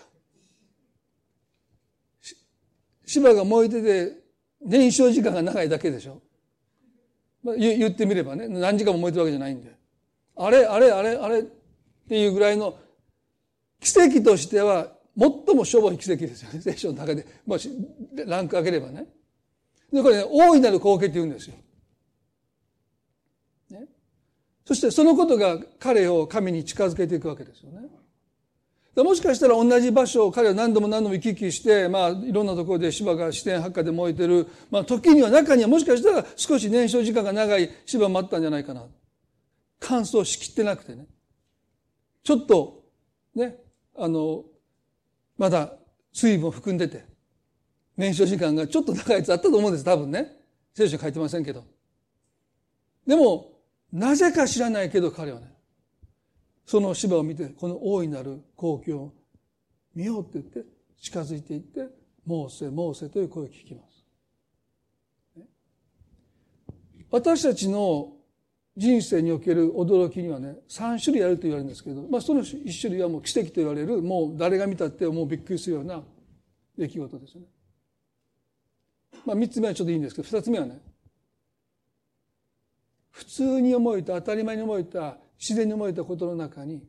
芝が燃えてて燃焼時間が長いだけでしょ。言ってみればね、何時間も燃えてるわけじゃないんで。あれっていうぐらいの奇跡としては最もしょぼい奇跡ですよね。聖書の中で、もしランク上げればね。で、これね、大いなる光景って言うんですよ。ね。そしてそのことが彼を神に近づけていくわけですよね。もしかしたら同じ場所を彼は何度も行き来して、いろんなところで芝が自然発火で燃えてる。時には中にはもしかしたら少し燃焼時間が長い芝もあったんじゃないかな。乾燥しきってなくてね。ちょっと、ね、まだ水分を含んでて、燃焼時間がちょっと長いやつあったと思うんです、多分ね。聖書に書いてませんけど。でも、なぜか知らないけど彼はね、その芝を見て、この大いなる光景を見ようって言って、近づいていって、モーセ、モーセという声を聞きます。私たちの人生における驚きにはね、3種類あると言われるんですけど、その1種類はもう奇跡と言われる、もう誰が見たってもうびっくりするような出来事ですね。3つ目はちょっといいんですけど、2つ目はね、普通に思えた、当たり前に思えた、自然に思えたことの中に、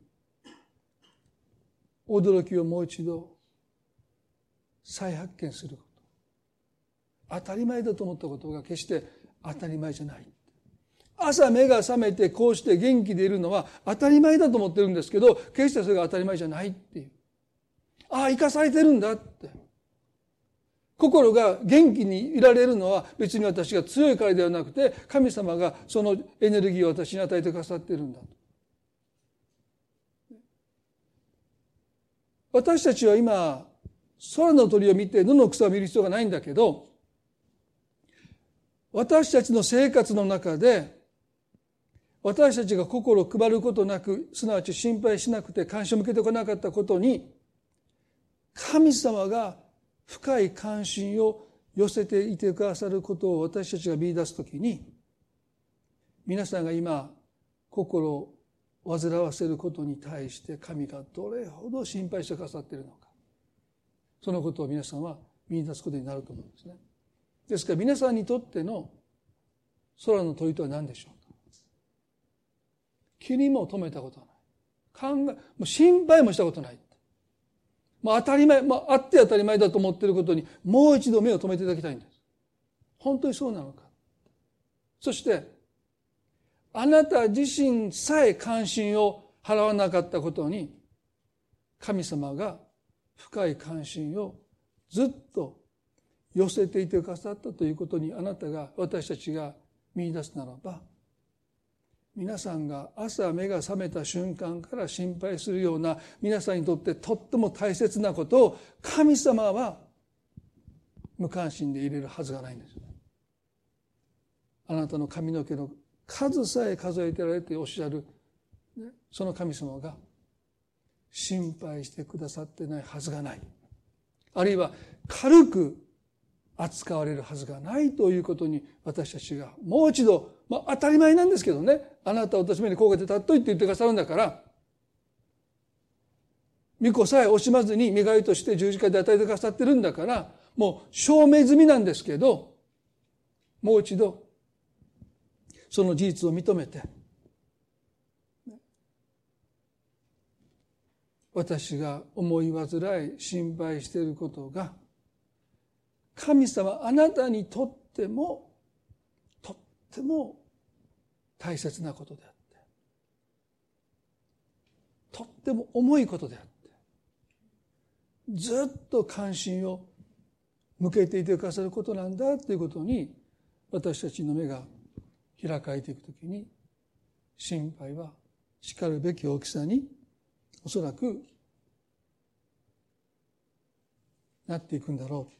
驚きをもう一度再発見すること。当たり前だと思ったことが決して当たり前じゃない。朝目が覚めてこうして元気でいるのは当たり前だと思ってるんですけど、決してそれが当たり前じゃないっていう。生かされてるんだって。心が元気にいられるのは別に私が強いからではなくて、神様がそのエネルギーを私に与えてくださっているんだと。私たちは今、空の鳥を見て野の草を見る必要がないんだけど、 私たちの生活の中で私たちが心を配ることなく、すなわち心配しなくて関心を向けてこなかったことに、神様が深い関心を寄せていてくださることを私たちが見出すときに、皆さんが今心を煩わせることに対して神がどれほど心配してくださっているのか、そのことを皆さんは見出すことになると思うんですね。ですから皆さんにとっての空の鳥とは何でしょうか。気にも留めたことはない。もう心配もしたことない。当たり前、あって当たり前だと思っていることにもう一度目を留めていただきたいんです。本当にそうなのか。そしてあなた自身さえ関心を払わなかったことに、神様が深い関心をずっと寄せていてくださったということに、私たちが見出すならば、皆さんが朝目が覚めた瞬間から心配するような、皆さんにとってとっても大切なことを神様は無関心で入れるはずがないんです。あなたの髪の毛の数さえ数えてられておっしゃる、その神様が心配してくださってないはずがない。あるいは軽く扱われるはずがないということに、私たちがもう一度、当たり前なんですけどね、あなたを私めにこうやって立っといて言ってくださるんだから、御子さえ惜しまずに身代わりとして十字架で与えてくださってるんだから、もう証明済みなんですけど、もう一度その事実を認めて、私が思い煩い心配していることが、神様あなたにとってもとっても大切なことであって、とっても重いことであって、ずっと関心を向けていてくださることなんだということに、私たちの目が開かれていくときに、心配はしかるべき大きさにおそらくなっていくんだろう。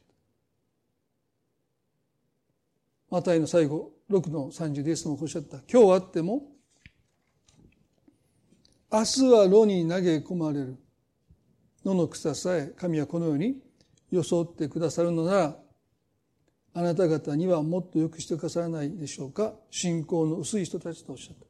マタイの最後6の30でイエスもおっしゃった。今日あっても明日は炉に投げ込まれる野の草さえ神はこのように装ってくださるのなら、あなた方にはもっとよくしてくださらないでしょうか。信仰の薄い人たちとおっしゃった。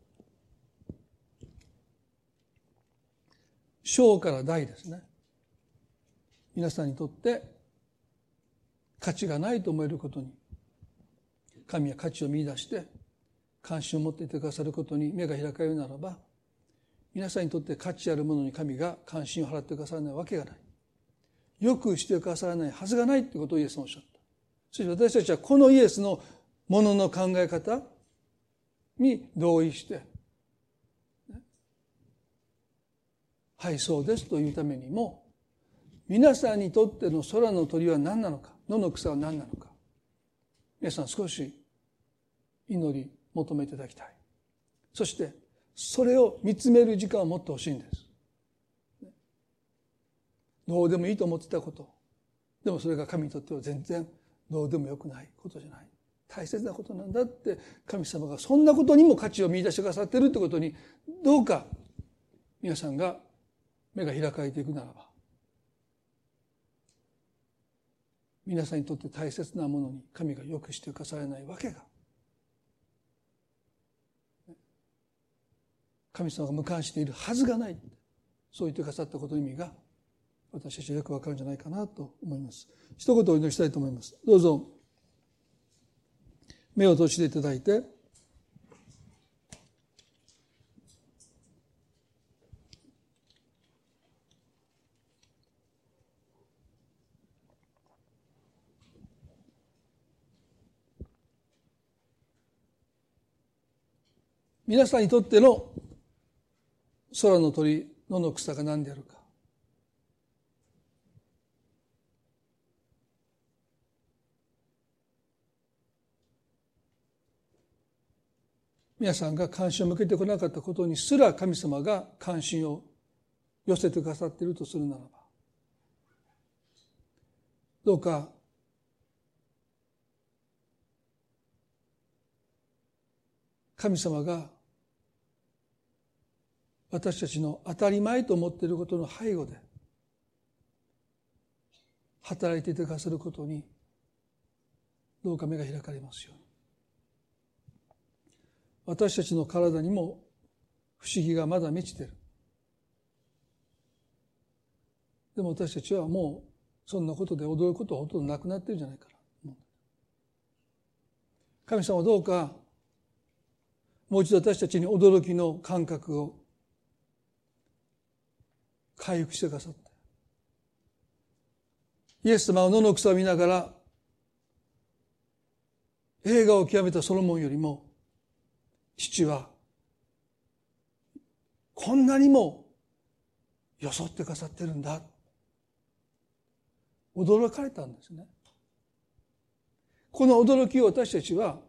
小から大ですね。皆さんにとって価値がないと思えることに、神は価値を見出して関心を持っていてくださることに目が開かれるならば、皆さんにとって価値あるものに神が関心を払ってくださらないわけがない。よくしてくださらないはずがないということをイエスもおっしゃった。そして私たちはこのイエスのものの考え方に同意して、はい、そうですというためにも、皆さんにとっての空の鳥は何なのか、野の草は何なのか、皆さん少し祈り求めていただきたい。そしてそれを見つめる時間を持ってほしいんです。どうでもいいと思ってたこと、でもそれが神にとっては全然どうでもよくないことじゃない、大切なことなんだって、神様がそんなことにも価値を見出してくださっているということに、どうか皆さんが目が開かれていくならば、皆さんにとって大切なものに神がよくしてくださらないわけが、神様が無関しているはずがない、そう言ってくださったことの意味が私たちはよくわかるんじゃないかなと思います。一言お祈りしたいと思います。どうぞ目を閉じていただいて、皆さんにとっての空の鳥、野の草が何であるか、皆さんが関心を向けてこなかったことにすら神様が関心を寄せてくださっているとするならば、どうか神様が私たちの当たり前と思っていることの背後で働いていてくださることにどうか目が開かれますように。私たちの体にも不思議がまだ満ちている。でも私たちはもうそんなことで驚くことはほとんどなくなっているんじゃないかな。神様はどうかもう一度私たちに驚きの感覚を回復してくださった。イエス様は野の草を見ながら栄華を極めたソロモンよりも父はこんなにも装ってくださってるんだ、驚かれたんですね。この驚きを私たちは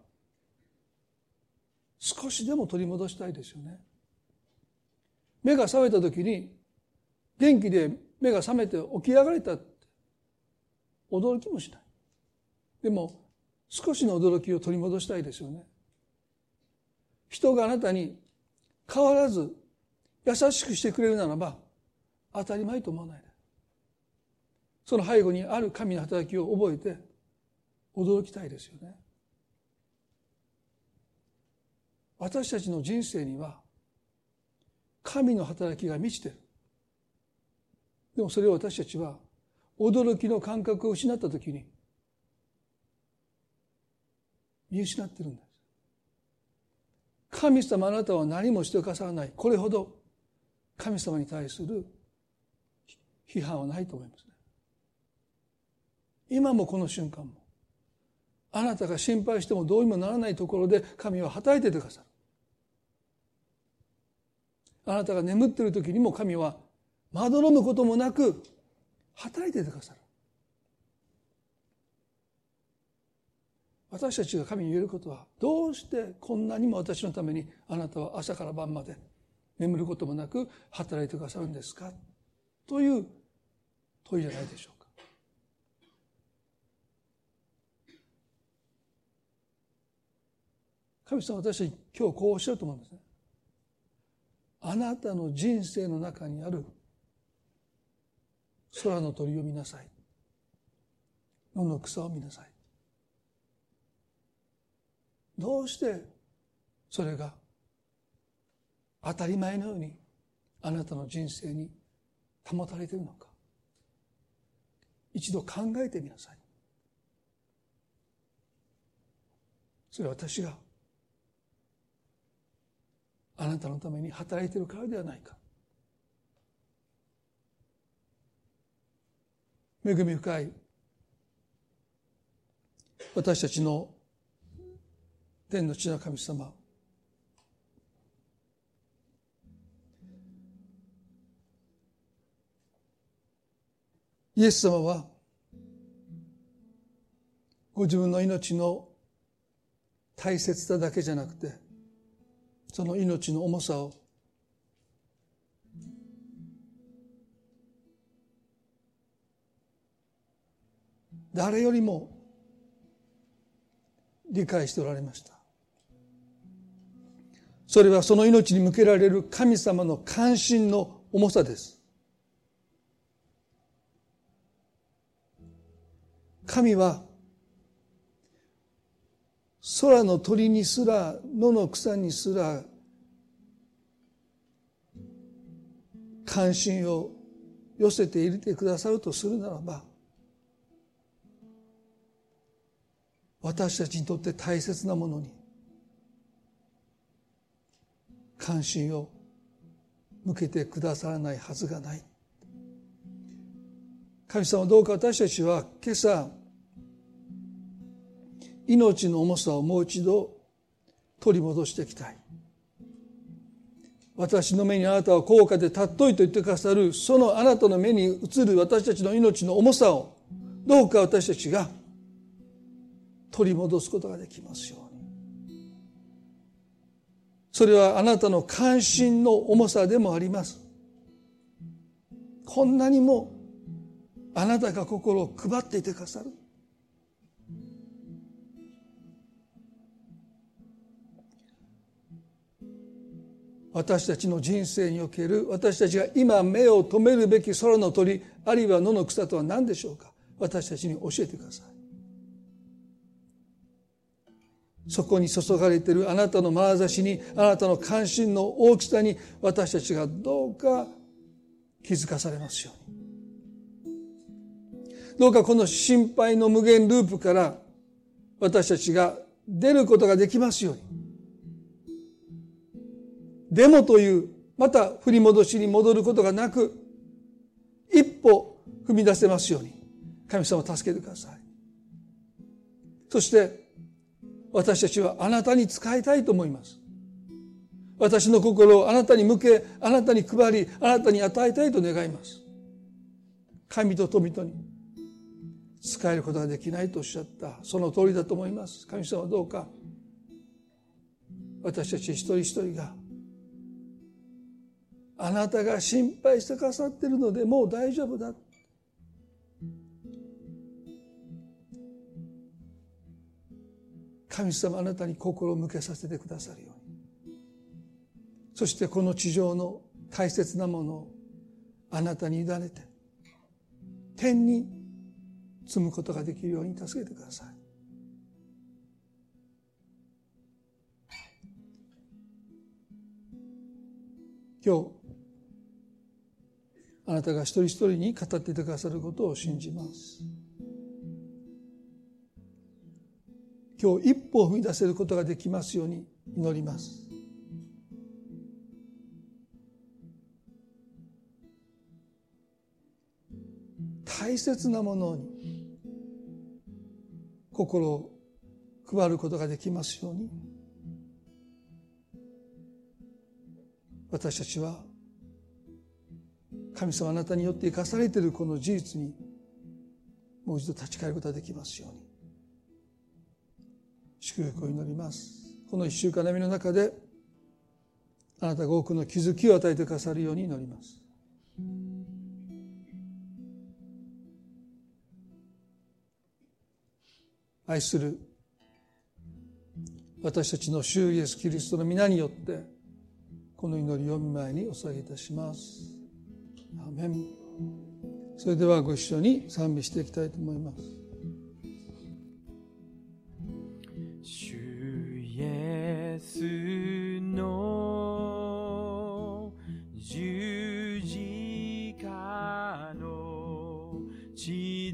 少しでも取り戻したいですよね。目が覚めた時に元気で目が覚めて起き上がれたって驚きもしない。でも少しの驚きを取り戻したいですよね。人があなたに変わらず優しくしてくれるならば当たり前と思わないで、その背後にある神の働きを覚えて驚きたいですよね。私たちの人生には神の働きが満ちている。でもそれを私たちは驚きの感覚を失ったときに見失っているんです。神様あなたは何もしてくださらない。これほど神様に対する批判はないと思いますね。今もこの瞬間もあなたが心配してもどうにもならないところで神は働いていてくださる。あなたが眠っている時にも神はまどろむこともなく働いていてくださる。私たちが神に言えることは、どうしてこんなにも私のためにあなたは朝から晩まで眠ることもなく働いてくださるんですかという問いじゃないでしょうか。神様は私たち今日こうおっしゃると思うんですね。あなたの人生の中にある空の鳥を見なさい。野の草を見なさい。どうしてそれが当たり前のようにあなたの人生に保たれているのか。一度考えてみなさい。それは私があなたのために働いているからではないか。恵み深い私たちの天の父な神様、イエス様はご自分の命の大切さだけじゃなくて、その命の重さを誰よりも理解しておられました。それはその命に向けられる神様の関心の重さです。神は空の鳥にすら野の草にすら関心を寄せていてくださるとするならば、私たちにとって大切なものに関心を向けてくださらないはずがない。神様、どうか私たちは今朝命の重さをもう一度取り戻していきたい。私の目にあなたは高価で尊いと言ってくださる、そのあなたの目に映る私たちの命の重さをどうか私たちが取り戻すことができますように。それはあなたの関心の重さでもあります。こんなにもあなたが心を配っていてくださる。 私たちの人生における私たちが今目を留めるべき空の鳥あるいは野の草とは何でしょうか。私たちに教えてください。そこに注がれているあなたの眼差しに、あなたの関心の大きさに私たちがどうか気づかされますように。どうかこの心配の無限ループから私たちが出ることができますように。でもというまた振り戻しに戻ることがなく一歩踏み出せますように神様を助けてください。そして私たちはあなたに仕えたいと思います。私の心をあなたに向け、あなたに配り、あなたに与えたいと願います。神と富とに仕えることができないとおっしゃったその通りだと思います。神様どうか私たち一人一人があなたが心配してくださっているのでもう大丈夫だ、神様あなたに心を向けさせてくださるように、そしてこの地上の大切なものをあなたに委ねて天に積むことができるように助けてください。今日あなたが一人一人に語っていてくださることを信じます。今日一歩を踏み出せることができますように祈ります。大切なものに心を配ることができますように、私たちは神様あなたによって生かされているこの事実にもう一度立ち返ることができますように祝福を祈ります。この一週間の歩みの中であなたが多くの気づきを与えてくださるように祈ります。愛する私たちの主イエスキリストの皆によってこの祈りを御前にお捧げいたします。アーメン。それではご一緒に賛美していきたいと思います。 主イエスの十字架の血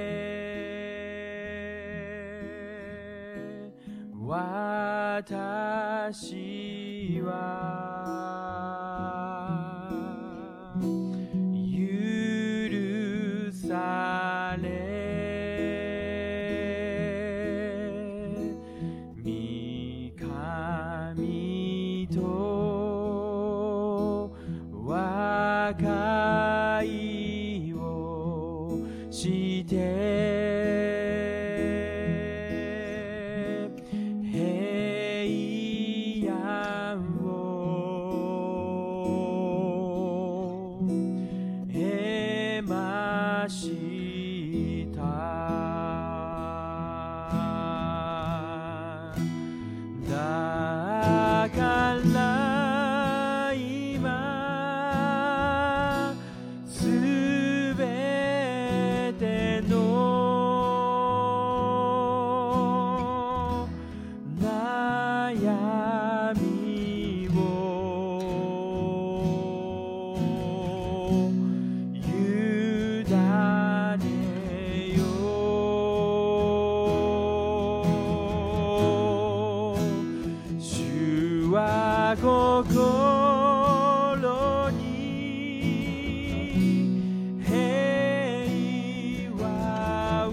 で私は許され、御神と和解をして平安を得ました。だから今すべての悩みを委ねよう。主は心に平和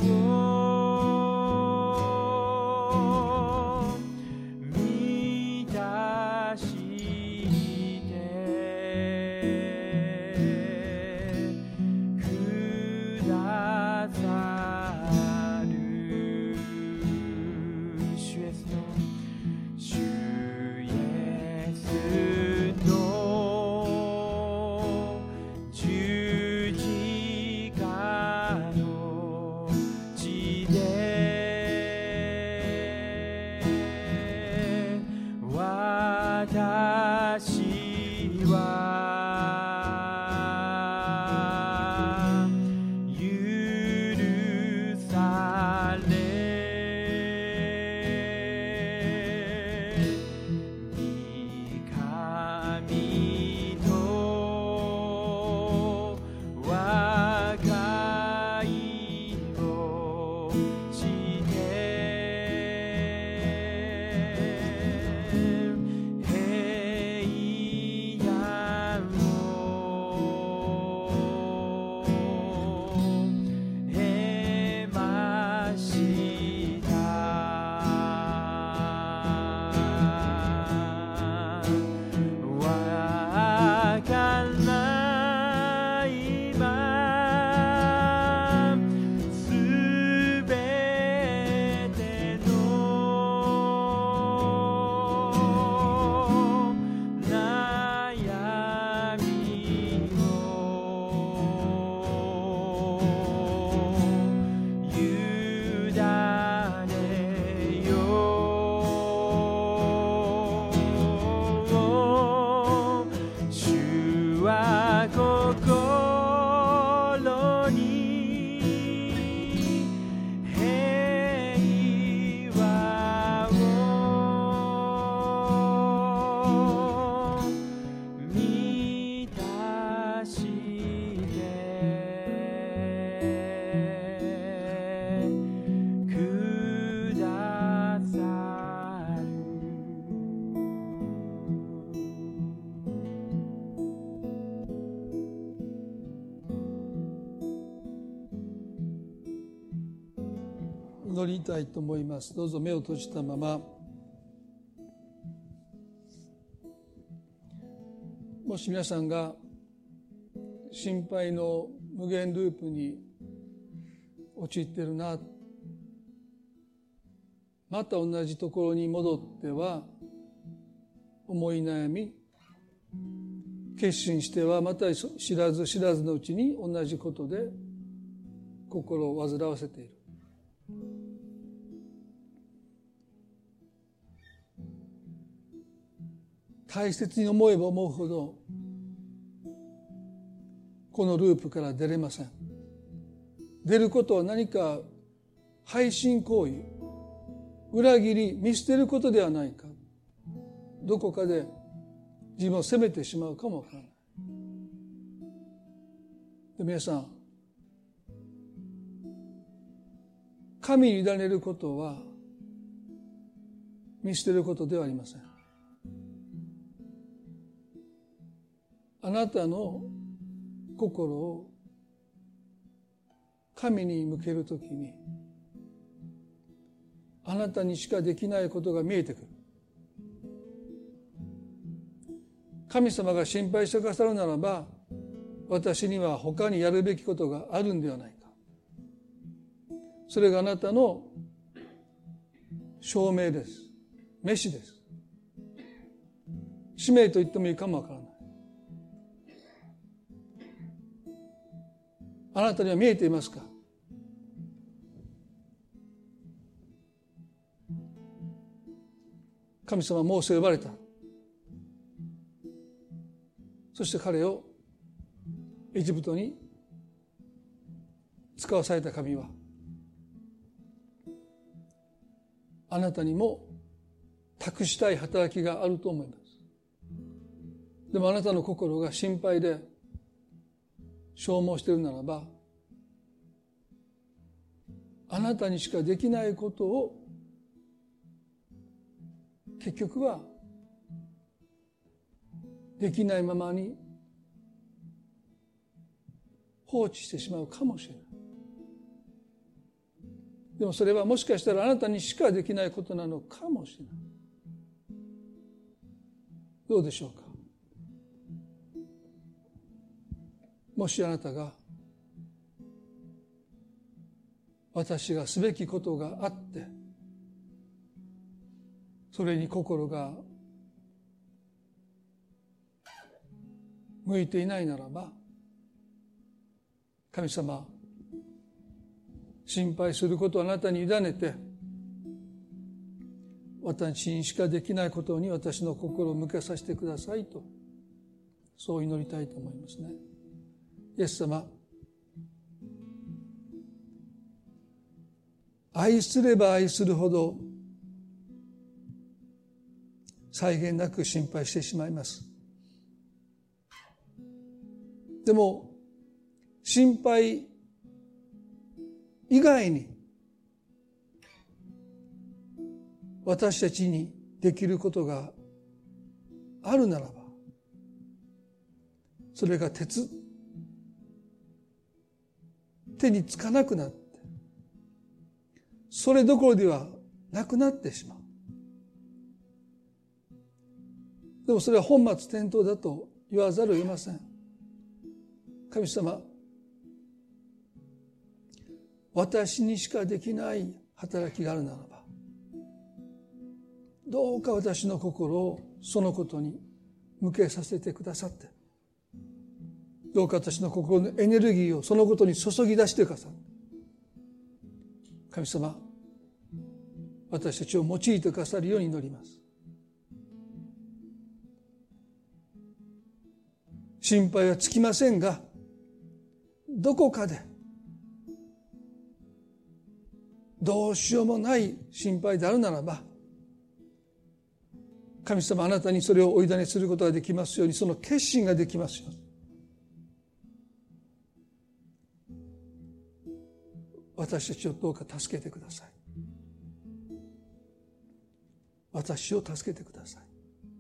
を満たしてくださる。主イエスの十字架の血で私は許され神と和解をして平安を得ましたわから今すべての悩みを委ねよう主は心に平和を満たしてくださる。 祈りたいと思います。どうぞ目を閉じたまま、もし皆さんが心配の無限ループに陥っているな、また同じところに戻っては思い悩み、決心してはまた知らず知らずのうちに同じことで心を煩わせている。大切に思えば思うほどこのループから出れません。出ることは何か背信行為、裏切り、見捨てることではないか。どこかで自分を責めてしまうかもわからない。で、皆さん、神に委ねることは見捨てることではありません。あなたの心を神に向けるときに、あなたにしかできないことが見えてくる。神様が心配してくださるならば、私には他にやるべきことがあるんではないか。それがあなたの証明です。召しです。使命と言ってもいいかもわからない。あなたには見えていますか？神様はモーセを呼ばれた。そして彼をエジプトに使わされた神は、あなたにも託したい働きがあると思います。でもあなたの心が心配で消耗しているならば、あなたにしかできないことを結局はできないままに放置してしまうかもしれない。でもそれはもしかしたらあなたにしかできないことなのかもしれない。どうでしょうか。もしあなたが私がすべきことがあってそれに心が向いていないならば、神様、心配することをあなたに委ねて、私にしかできないことに私の心を向けさせてくださいとそう祈りたいと思いますね。イエス様、愛すれば愛するほど際限なく心配してしまいます。でも心配以外に私たちにできることがあるならば、それが手につかなくなって、それどころではなくなってしまう。でもそれは本末転倒だと言わざるを得ません。神様、私にしかできない働きがあるならば、どうか私の心をそのことに向けさせてくださって、どうか私の心のエネルギーをそのことに注ぎ出してくださって、神様、私たちを用いてくださるように祈ります。心配はつきませんが、どこかでどうしようもない心配であるならば、神様、あなたにそれをお委ねすることができますように、その決心ができますように、私たちをどうか助けてください。私を助けてください。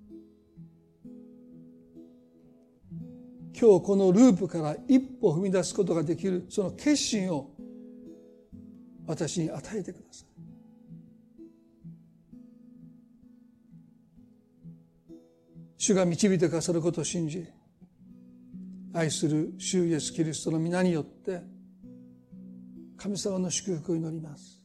今日このループから一歩踏み出すことができる、その決心を私に与えてください。主が導いてくださることを信じ、愛する主イエスキリストの皆によって神様の祝福を祈ります。